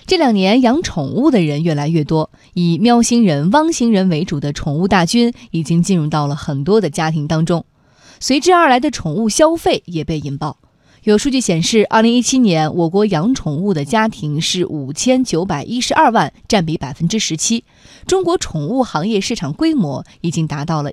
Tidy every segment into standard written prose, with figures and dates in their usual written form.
这2年养宠物的人越来越多，以喵星人、汪星人为主的宠物大军已经进入到了很多的家庭当中，随之而来的宠物消费也被引爆。有数据显示，2017年我国养宠物的家庭是5912万，占比17%。中国宠物行业市场规模已经达到了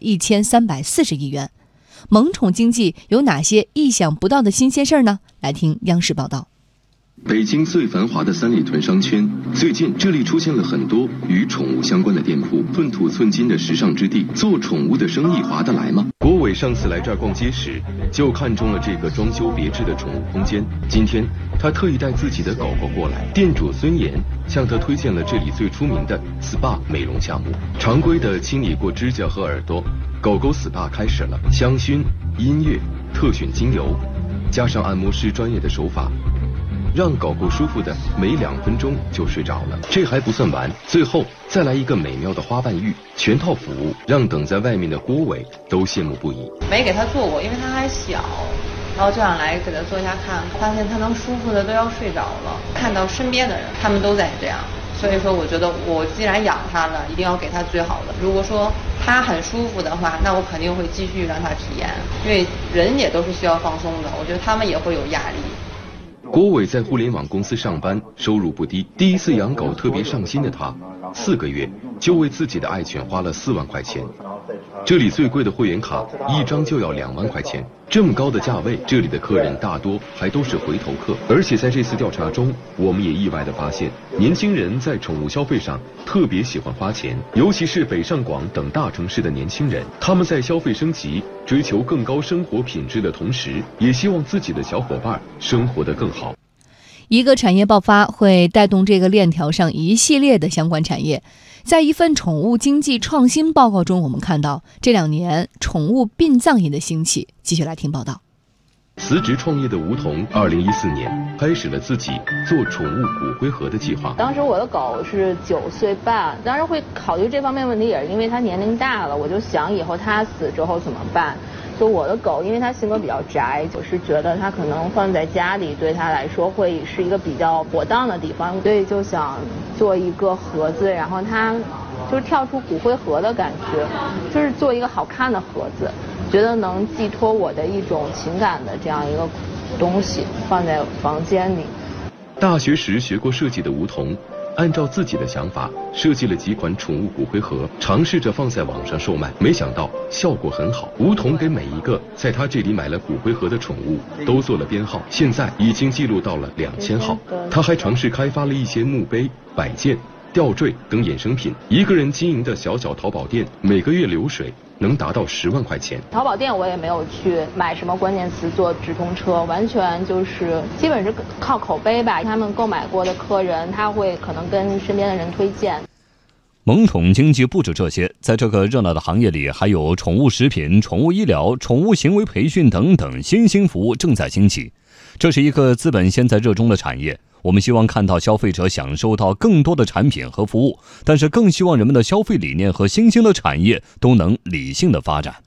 1340亿元。萌宠经济有哪些意想不到的新鲜事儿呢？来听央视报道。 北京最繁华的三里屯商圈，最近这里出现了很多与宠物相关的店铺，寸土寸金的时尚之地，做宠物的生意划得来吗？郭伟上次来这儿逛街时，就看中了这个装修别致的宠物空间。今天他特意带自己的狗狗过来，店主孙岩向他推荐了这里最出名的 SPA 美容项目。常规的清理过指甲和耳朵，狗狗 SPA 开始了，香薰、音乐、特选精油，加上按摩师专业的手法，让狗狗舒服的每2分钟就睡着了。这还不算完，最后再来一个美妙的花瓣浴，全套服务让等在外面的郭伟都羡慕不已。 没给他做过，因为他还小，然后就想来给他做一下看，发现他能舒服的都要睡着了。看到身边的人他们都在这样，所以说我觉得我既然养他了，一定要给他最好的。如果说他很舒服的话，那我肯定会继续让他体验，因为人也都是需要放松的，我觉得他们也会有压力。 郭伟在互联网公司上班，收入不低。第一次养狗特别上心的他，4个月就为自己的爱犬花了4万块钱。这里最贵的会员卡1张就要2万块钱，这么高的价位，这里的客人大多还都是回头客。而且在这次调查中，我们也意外地发现，年轻人在宠物消费上特别喜欢花钱，尤其是北上广等大城市的年轻人，他们在消费升级、追求更高生活品质的同时，也希望自己的小伙伴生活得更好。 一个产业爆发会带动这个链条上一系列的相关产业。在一份宠物经济创新报告中，我们看到这2年宠物殡葬业的兴起。继续来听报道。 辞职创业的吴桐，2014年开始了自己做宠物骨灰盒的计划。 当时我的狗是9岁半，当时会考虑这方面问题，也是因为它年龄大了，我就想以后它死之后怎么办。就我的狗，因为它性格比较宅，就是觉得它可能放在家里对它来说会是一个比较妥当的地方，所以就想做一个盒子，然后它就是跳出骨灰盒的感觉，就是做一个好看的盒子，觉得能寄托我的一种情感的这样一个东西放在房间里。 大学时学过设计的吴桐，按照自己的想法设计了几款宠物骨灰盒，尝试着放在网上售卖，没想到效果很好。吴桐给每一个在他这里买了骨灰盒的宠物都做了编号，现在已经记录到了2000号。他还尝试开发了一些墓碑、摆件、吊坠等衍生品。一个人经营的小淘宝店，每个月流水能达到10万块钱。 淘宝店我也没有去买什么关键词做直通车，完全就是基本是靠口碑吧。他们购买过的客人，他会可能跟身边的人推荐。 萌宠经济不止这些，在这个热闹的行业里，还有宠物食品、宠物医疗、宠物行为培训等等新兴服务正在兴起。这是一个资本现在热衷的产业。我们希望看到消费者享受到更多的产品和服务，但是更希望人们的消费理念和新兴的产业都能理性的发展。